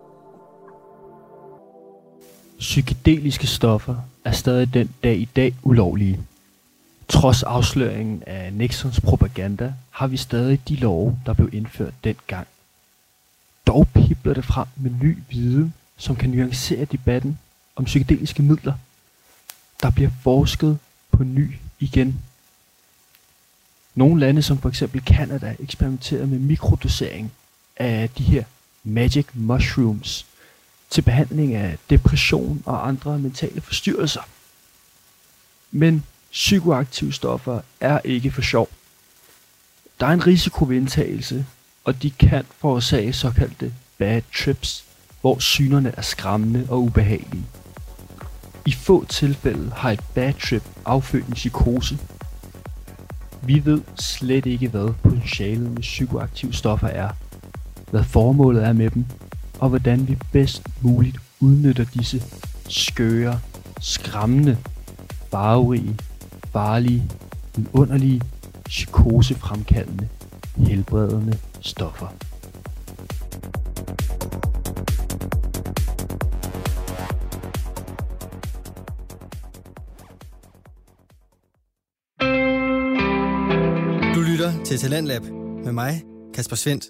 Psykedeliske stoffer er stadig den dag i dag ulovlige. Trods afsløringen af Nixons propaganda har vi stadig de love, der blev indført dengang. Dog pibler det frem med ny viden, som kan nuancere debatten om psykedeliske midler. Der bliver forsket på ny igen. Nogle lande, som for eksempel Canada, eksperimenterer med mikrodosering af de her magic mushrooms til behandling af depression og andre mentale forstyrrelser. Men psykoaktive stoffer er ikke for sjov. Der er en risiko ved indtagelse, og de kan forårsage såkaldte bad trips, hvor synerne er skræmmende og ubehagelige. I få tilfælde har et bad trip affødt en psykose. Vi ved slet ikke, hvad potentialet med psykoaktive stoffer er, hvad formålet er med dem, og hvordan vi bedst muligt udnytter disse skøre, skræmmende, farverige, farlige, vidunderlige, psykosefremkaldende, helbredende stoffer. Du lytter til Talentlab med mig, Kasper Svendt.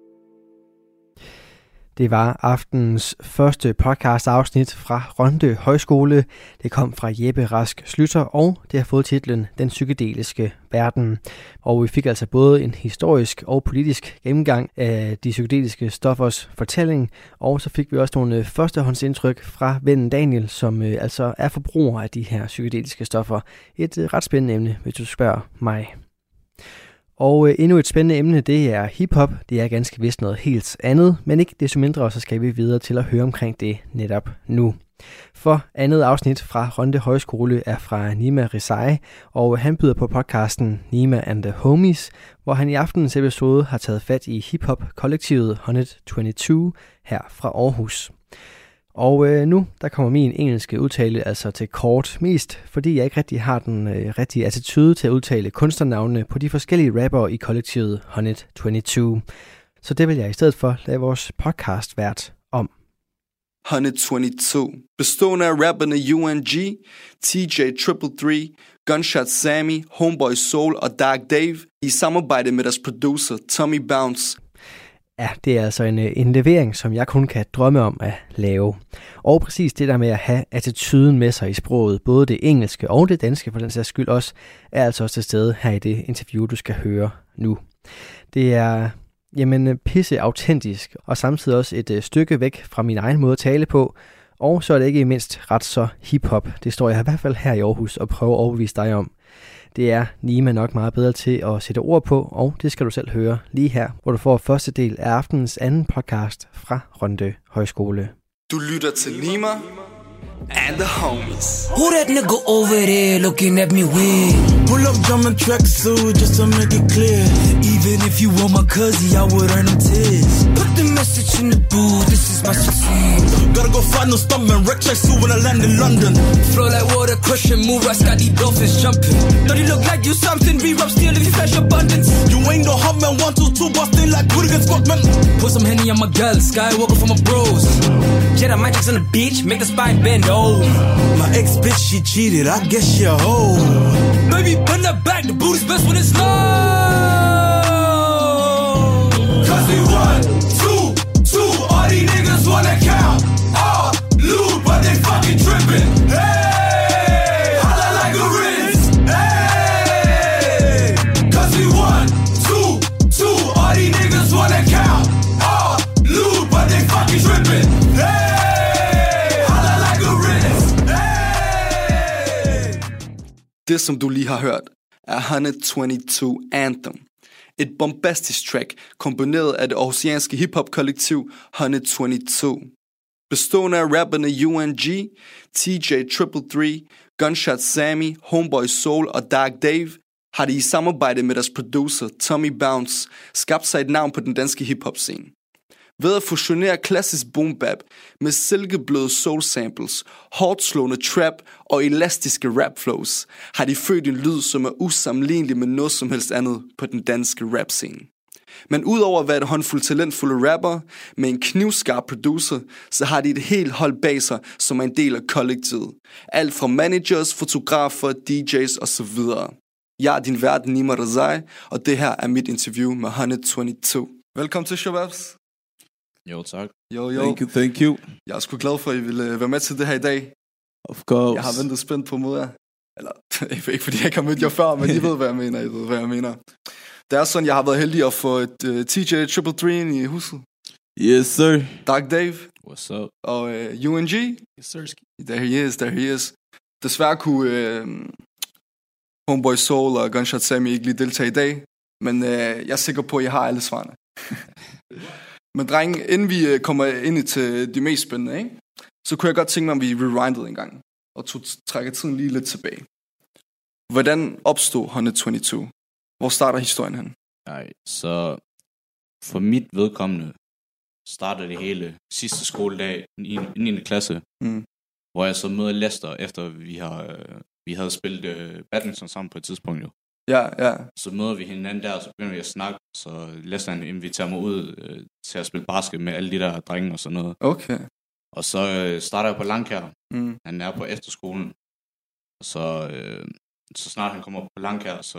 Det var aftenens første podcast afsnit fra Rønde Højskole. Det kom fra Jeppe Rask Slytter, og det har fået titlen Den psykedeliske verden. Og vi fik altså både en historisk og politisk gennemgang af de psykedeliske stoffers fortælling, og så fik vi også nogle førstehåndsindtryk fra vennen Daniel, som altså er forbruger af de her psykedeliske stoffer. Et ret spændende emne, hvis du spørger mig. Og endnu et spændende emne, det er hiphop. Det er ganske vist noget helt andet, men ikke desto mindre, så skal vi videre til at høre omkring det netop nu. For andet afsnit fra Rønde Højskole er fra Nima Rizai, og han byder på podcasten Nima and the Homies, hvor han i aftenens episode har taget fat i hiphop-kollektivet 122 her fra Aarhus. Og nu, der kommer min engelske udtale altså til kort, mest fordi jeg ikke rigtig har den rigtige attitude til at udtale kunstnernavnene på de forskellige rappere i kollektivet 122. Så det vil jeg i stedet for lade vores podcast vært om. 122, bestående af rapperne UNG, TJ 333, Gunshot Sammy, Homeboy Soul og Dark Dave i samarbejde med deres producer Tommy Bounce. Ja, det er altså en levering, som jeg kun kan drømme om at lave. Og præcis det der med at have attituden med sig i sproget, både det engelske og det danske for den sags skyld også, er altså også til stede her i det interview, du skal høre nu. Det er pisse autentisk, og samtidig også et stykke væk fra min egen måde at tale på. Og så er det ikke mindst ret så hiphop. Det står jeg i hvert fald her i Aarhus og prøver at overbevise dig om. Det er Nima nok meget bedre til at sætte ord på, og det skal du selv høre lige her, hvor du får første del af aftenens anden podcast fra Rønde Højskole. Du lytter til Nima and the homies. Who that nigga over there looking at me weird? Pull up German tracksuit just to make it clear. Even if you were my cousin, I would earn them tears. Put the message in the booth, this is my success. Gotta go find no stuntman, wreck tracksuit when I land in London. Flow like water, crushing, move, I got these dolphins jumping. Don't you look like you something? Re-rap still if you flash abundance. You ain't no hot man, 1, 2, 2, busting like good against Scottman. Put some Henny on my girl, Skywalker for my bros. Jedi Magic's on the beach, make the spine bend, oh. My ex-bitch, she cheated, I guess she a hoe. Baby, bend that back, the booty's best when it's low. Cause we 1, 2, 2, all these niggas wanna count. All loot, but they fucking trippin'. Hey, holla like a rinse. Hey, cause we 1, 2, 2, all these niggas wanna count. All loot, but they fucking trippin'. Hey. Det, som du lige har hørt, er 122 Anthem. Et bombastisk track, komponeret af det aarhusianske hiphop-kollektiv 122. Bestående af rapperne UNG, TJ Triple 3, Gunshot Sammy, Homeboy Soul og Dark Dave, har de i samarbejde med deres producer Tommy Bounce skabt sig et navn på den danske hiphop-scene. Ved at fusionere klassisk boom bap med silkebløde soul samples, hårdt slående trap og elastiske rap flows, har de født en lyd, som er usammenlignelig med noget som helst andet på den danske rap scene. Men udover at være et håndfuld talentfulde rapper med en knivskarp producer, så har de et helt hold bag sig, som er en del af kollektivet. Alt fra managers, fotografer, DJ's osv. Jeg er din vært Nima Razai, og det her er mit interview med 122. Velkommen til Shababs. Jo, tak. Jo. Thank you. Jeg er sgu glad for, at I ville være med til det her i dag. Of course. Jeg har ventet spændt på at møde jer. Eller, ikke fordi jeg ikke har mødt jer før, men I ved, hvad jeg mener. Det er sådan, jeg har været heldig at få et TJ Triple 3 ind i huset. Yes, sir. Dark Dave. What's up? Og UNG. Yes, sir. There he is. Desværre kunne Homeboy Soul og Gunshot Sammy ikke lige deltage i dag, men jeg er sikker på, at I har alle svarene. Men drenge, inden vi kommer ind til de mest spændende, ikke? Så kunne jeg godt tænke mig, at vi rewindede en gang og trækker tiden lige lidt tilbage. Hvordan opstod 122? Hvor starter historien hen? Nej, så for mit vedkommende startede det hele sidste skoledag i 9. klasse, hvor jeg så møder Lester, efter vi havde spillet badminton sammen på et tidspunkt jo. Ja. Så møder vi hinanden der, og så begynder vi at snakke, så Lester han inviterer mig ud til at spille basket med alle de der drenge og sådan noget. Okay. Og så starter jeg på Langkær. Han er på efterskolen. Og så snart han kommer op på Langkær, så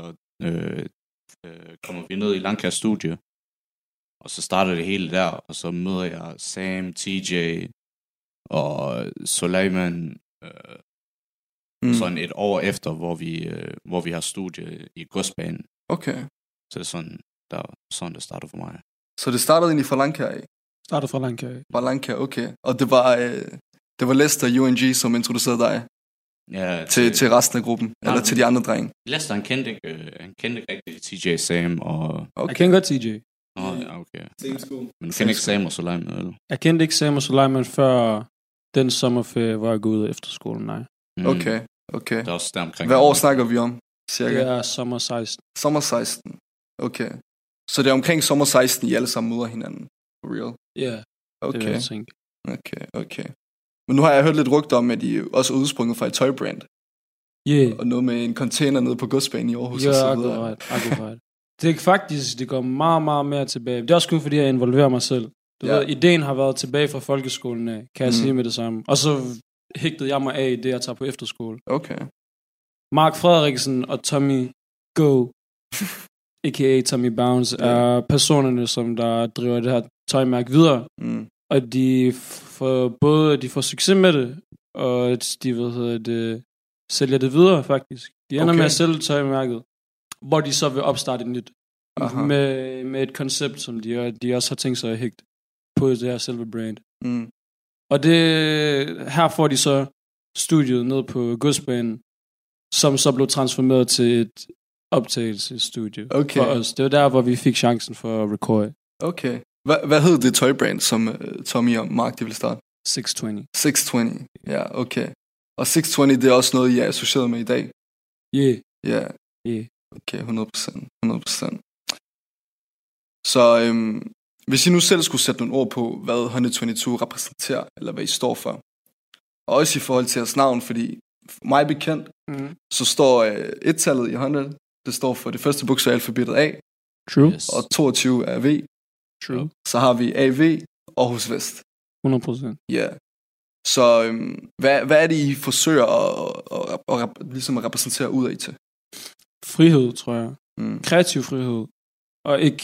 kommer vi ned i Langkærs studie. Og så starter det hele der, og så møder jeg Sam, TJ og Suleiman sådan et år efter, hvor vi har studie i Godsbanen. Okay. Så det er sådan det startede for mig. Så det startede egentlig fra Langkær af? Startede fra Langkær af. Fra Langkær, okay. Og det var Lester UNG, som introducerede dig til resten af gruppen, eller til de andre drenge? Lester, han kendte ikke rigtig TJ, Sam og... Okay. Jeg kendte godt TJ. Ja, okay. Men du kendte ikke Sam og Suleiman, eller? Jeg kendte ikke Sam og Suleiman før den sommerferie, hvor jeg gik ud efter skolen, nej. Okay. Det er også der omkring. Hvad år snakker vi om, cirka? Det er sommer 16. Sommer 16, okay. Så det er omkring sommer 16, I alle sammen møder hinanden, for real? Ja, okay. Det vil jeg tænke. Okay. Men nu har jeg hørt lidt rygter om, at I også er udsprunget fra et tøjbrand. Yeah. Og noget med en container nede på Godsbanen i Aarhus. Ja, akkurat. Det går meget, meget mere tilbage. Det er også kun fordi, jeg involverer mig selv. Du ved, ideen har været tilbage fra folkeskolen af, kan jeg sige med det samme. Og så hægtede jeg mig af i det, jeg tager på efterskole. Okay. Mark Frederiksen og Tommy Go, a.k.a. Tommy Bounce, er personerne, som der driver det her tøjmærke videre. Og de får succes med det, og de sælger det videre, faktisk. De ender med at sælge tøjmærket, hvor de så vil opstarte et nyt. Med et koncept, som de også har tænkt sig at hægte på det her selve brand. Og her får de så studiet ned på Godsbanen, som så blev transformeret til et optagelsesstudie Okay. for os. Det var der, hvor vi fik chancen for at record. Okay. Hvad hed det tøjbrand, som Tommy og Mark de ville starte? 620. 620, ja, okay. Og 620, det er også noget, I er associeret med i dag? Yeah. Ja. Yeah. Okay, 100%. Så hvis I nu selv skulle sætte nogle ord på, hvad 122 repræsenterer, eller hvad I står for, og også i forhold til jeres navn, fordi for mig bekendt, så står et-tallet i 100, det står for det første bogstav i alfabetet A. True. Yes. Og 22 er V. True. Så har vi AV, Aarhus Vest. 100%. Ja. Yeah. Så hvad er det, I forsøger at ligesom at repræsentere ud af til? Frihed, tror jeg. Kreativ frihed. Og ikke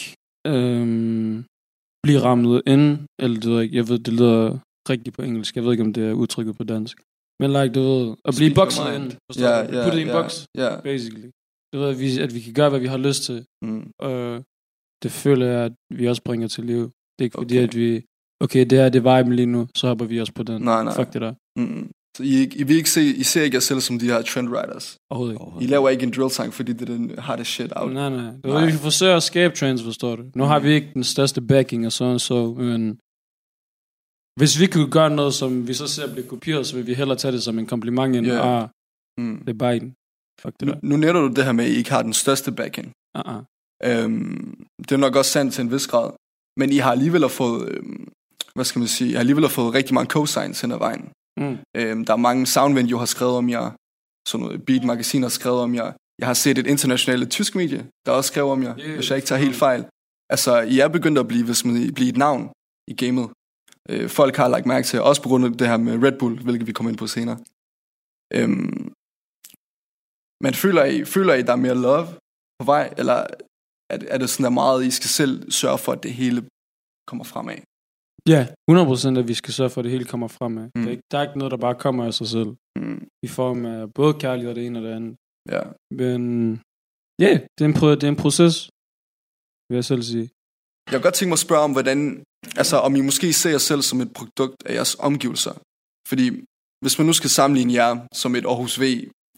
blive rammet ind, eller det ved jeg ikke, jeg ved, det lyder rigtigt på engelsk, jeg ved ikke, om det er udtrykket på dansk. Men like, du ved, at blive bokset ind, forstår du? Putte i en boks, basically. Du ved, at vi kan gøre, hvad vi har lyst til. Og det føler jeg, at vi også bringer til liv. Det er ikke fordi, at vi, okay, det her, det er viben lige nu, så hopper vi også på den. Nej. Fuck det der. Så I vil ikke I ser ikke jer selv som de her trendwriters? Overhovedet ikke. I laver ikke en drill-sang, fordi det den har det shit out? Nej. Det var, vi forsøger at skabe trends, forstår du. Nu har vi ikke den største backing og så, men hvis vi kunne gøre noget, som vi så ser blive kopieret, så vil vi hellere tage det som en kompliment, end det er Biden. Fuck det der. Nu nævner du det her med, at I ikke har den største backing. Det er nok også sandt til en vis grad. Men I har alligevel fået, hvad skal man sige, I har alligevel fået rigtig mange cosigns hen ad vejen. Der er mange Soundvenue har skrevet om jer, sådan noget Beat Magasin har skrevet om jer. Jeg har set et internationalt tysk medie, der også skrev om jer, hvis jeg ikke tager helt fejl. Altså, I er begyndt at blive, hvis man bliver et navn i gamet. Folk har lagt mærke til, også på grund af det her med Red Bull, hvilket vi kommer ind på senere. Men føler I, der er mere love på vej, eller er det sådan der meget, I skal selv sørge for, at det hele kommer fremad? Ja, 100% at vi skal sørge for, at det hele kommer fremad. Der er ikke noget, der bare kommer af sig selv. I form af både kærlighed og det ene og det andet. Ja. Men det er en proces, vil jeg selv sige. Jeg kan godt tænke mig at spørge om, hvordan, altså om I måske ser jer selv som et produkt af jeres omgivelser. Fordi hvis man nu skal sammenligne jer som et Aarhus V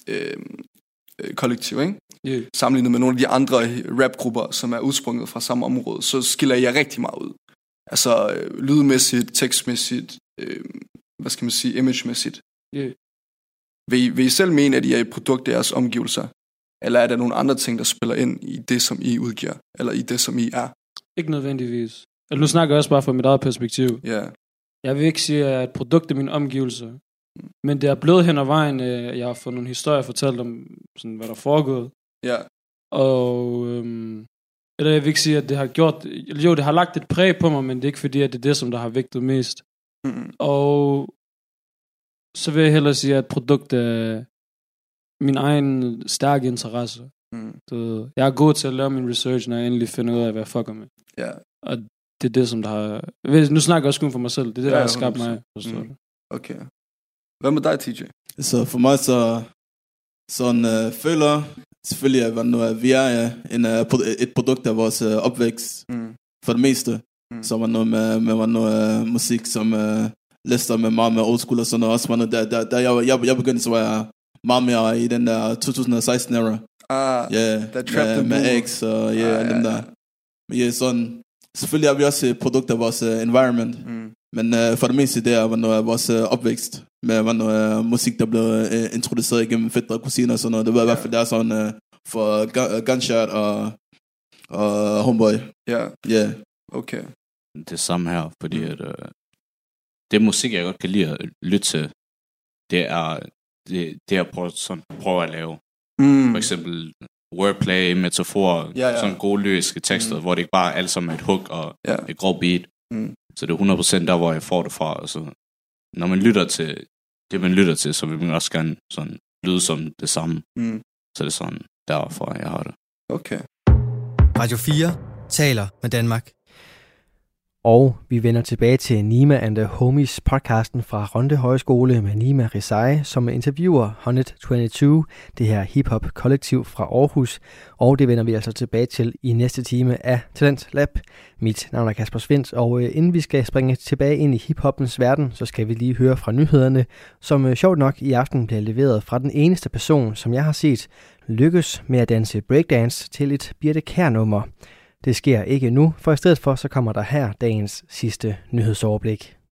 kollektiv, ikke? Yeah. Sammenlignet med nogle af de andre rapgrupper, som er udsprunget fra samme område, så skiller jeg rigtig meget ud. Altså lydmæssigt, tekstmæssigt, hvad skal man sige, imagemæssigt. Yeah. Vil I selv mene, at I er et produkt af jeres omgivelser? Eller er der nogle andre ting, der spiller ind i det, som I udgiver? Eller i det, som I er? Ikke nødvendigvis. Altså, nu snakker jeg også bare fra mit eget perspektiv. Yeah. Jeg vil ikke sige, at jeg er et produkt af mine omgivelser. Men det er blevet hen ad vejen. Jeg har fået nogle historier fortalt om, sådan, hvad der er foregået. Ja. Og eller jeg vil ikke sige, at det har gjort... Jo, det har lagt et præg på mig, men det er ikke fordi, at det er det, som der har vægtet mest. Og så vil jeg hellere sige, at et produkt af min egen stærke interesse. Jeg er god til at lave min research, når jeg endelig finder ud af, hvad jeg fucker med. Ja. Og det er det, som der har... Nu snakker jeg også kun for mig selv. Det er det, der har skabt mig. Okay. Hvad med dig, TJ? Så for mig sådan føler selvfølgelig, at vi er et produkt af vores opvækst for det meste. Så var noget med noget musik, som lister med meget mere old school og sådan noget. Også var noget, da jeg begyndte, så var jeg meget mere i den der 2016 era. Med X og dem der. Men sådan, selvfølgelig er vi også et produkt af vores environment. Men for det meste, det er noget vores opvækst. Med noget musik, der blev introduceret igennem fætter og kusiner og sådan noget. Det var i hvert fald der sådan for Gunshot og Homeboy. Ja. Okay. Det samme her, fordi at det musik, jeg godt kan lide at lytte til, det er det jeg prøver at lave. For eksempel wordplay, metaforer, sådan gode lyriske tekster, hvor det ikke bare er alt sammen et hook og et grov beat. Så det er 100% der, hvor jeg får det fra. Altså, når man lytter til det, man lytter til, så vil man også gerne sådan lyde som det samme. Så det er sådan derfor, jeg har det. Okay. Radio 4 taler med Danmark. Og vi vender tilbage til Nima and the Homies podcasten fra Rønde Højskole med Nima Rizai, som interviewer 122, det her hiphop kollektiv fra Aarhus. Og det vender vi altså tilbage til i næste time af Talent Lab. Mit navn er Kasper Svindt, og inden vi skal springe tilbage ind i hiphoppens verden, så skal vi lige høre fra nyhederne, som sjovt nok i aften bliver leveret fra den eneste person, som jeg har set lykkes med at danse breakdance til et Birthe Kjær-nummer. Det sker ikke nu, for i stedet for så kommer der her dagens sidste nyhedsoverblik.